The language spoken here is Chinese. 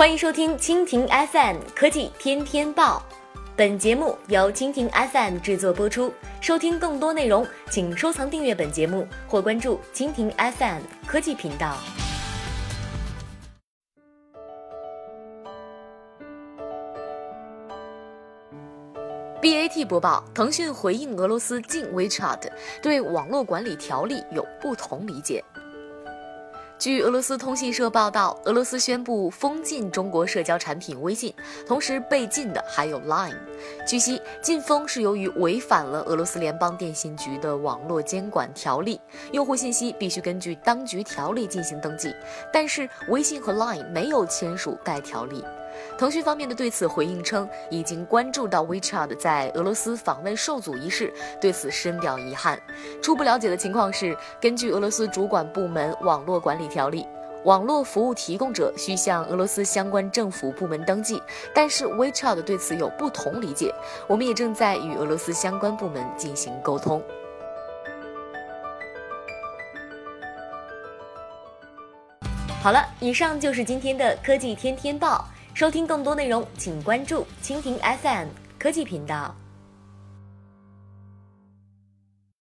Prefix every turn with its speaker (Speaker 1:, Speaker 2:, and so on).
Speaker 1: 欢迎收听蜻蜓 FM 科技天天报，本节目由蜻蜓 FM 制作播出。收听更多内容，请收藏订阅本节目或关注蜻蜓 FM 科技频道。BAT 播报，腾讯回应俄罗斯禁 WeChat， 对网络管理条例有不同理解。据俄罗斯通讯社报道，俄罗斯宣布封禁中国社交产品微信，同时被禁的还有 Line。据悉，禁封是由于违反了俄罗斯联邦电信局的网络监管条例，用户信息必须根据当局条例进行登记，但是微信和 Line 没有签署该条例。腾讯方面的对此回应称，已经关注到 WeChat 在俄罗斯访问受阻一事，对此深表遗憾。初步了解的情况是，根据俄罗斯主管部门网络管理条例，网络服务提供者需向俄罗斯相关政府部门登记，但是 WeChat 对此有不同理解，我们也正在与俄罗斯相关部门进行沟通。好了，以上就是今天的科技天天报。收听更多内容，请关注蜻蜓 FM 科技频道。